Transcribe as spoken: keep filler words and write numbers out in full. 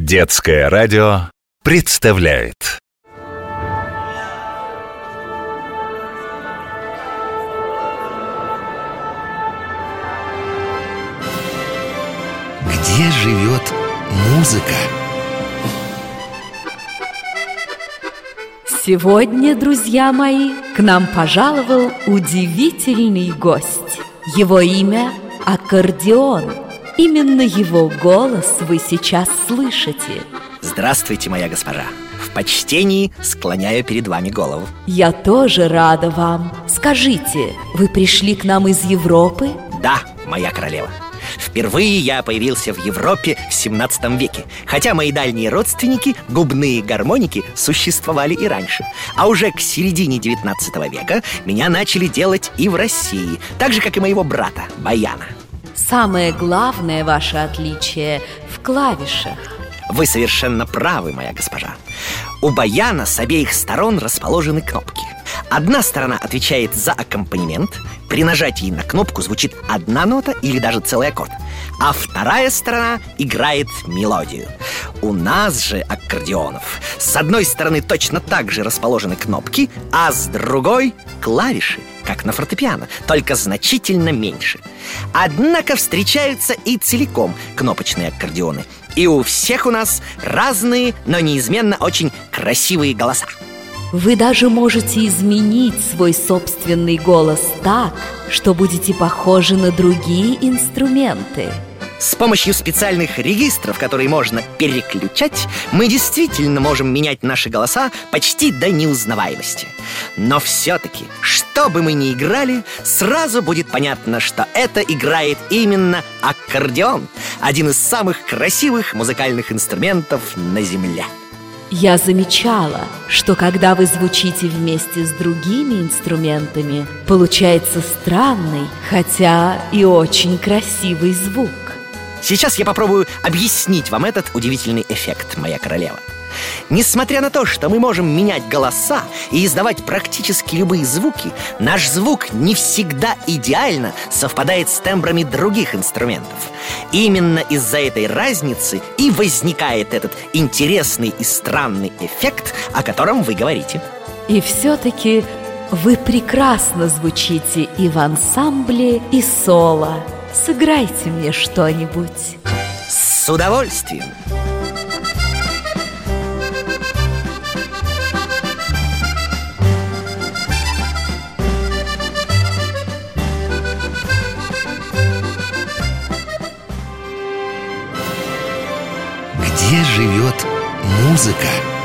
Детское радио представляет. Где живет музыка? Сегодня, друзья мои, к нам пожаловал удивительный гость. Его имя – аккордеон. Именно его голос вы сейчас слышите. Здравствуйте, моя госпожа. В почтении склоняю перед вами голову. Я тоже рада вам. Скажите, вы пришли к нам из Европы? Да, моя королева. Впервые я появился в Европе в семнадцатом веке, хотя мои дальние родственники, губные гармоники, существовали и раньше. А уже к середине девятнадцатого века меня начали делать и в России, так же, как и моего брата, баяна. Самое главное ваше отличие в клавишах. Вы совершенно правы, моя госпожа. У баяна с обеих сторон расположены кнопки. Одна сторона отвечает за аккомпанемент. При нажатии на кнопку звучит одна нота или даже целый аккорд. А вторая сторона играет мелодию. У нас же, аккордеонов, с одной стороны точно так же расположены кнопки, а с другой — клавиши, как на фортепиано, только значительно меньше. Однако встречаются и целиком кнопочные аккордеоны. И у всех у нас разные, но неизменно очень красивые голоса. Вы даже можете изменить свой собственный голос так, что будете похожи на другие инструменты. С помощью специальных регистров, которые можно переключать, мы действительно можем менять наши голоса почти до неузнаваемости. Но все-таки, что бы мы ни играли, сразу будет понятно, что это играет именно аккордеон, один из самых красивых музыкальных инструментов на Земле. Я замечала, что когда вы звучите вместе с другими инструментами, получается странный, хотя и очень красивый звук. Сейчас я попробую объяснить вам этот удивительный эффект, моя королева. Несмотря на то, что мы можем менять голоса и издавать практически любые звуки, наш звук не всегда идеально совпадает с тембрами других инструментов. Именно из-за этой разницы и возникает этот интересный и странный эффект, о котором вы говорите. И все-таки вы прекрасно звучите и в ансамбле, и соло. Сыграйте мне что-нибудь. С удовольствием. Где живет музыка?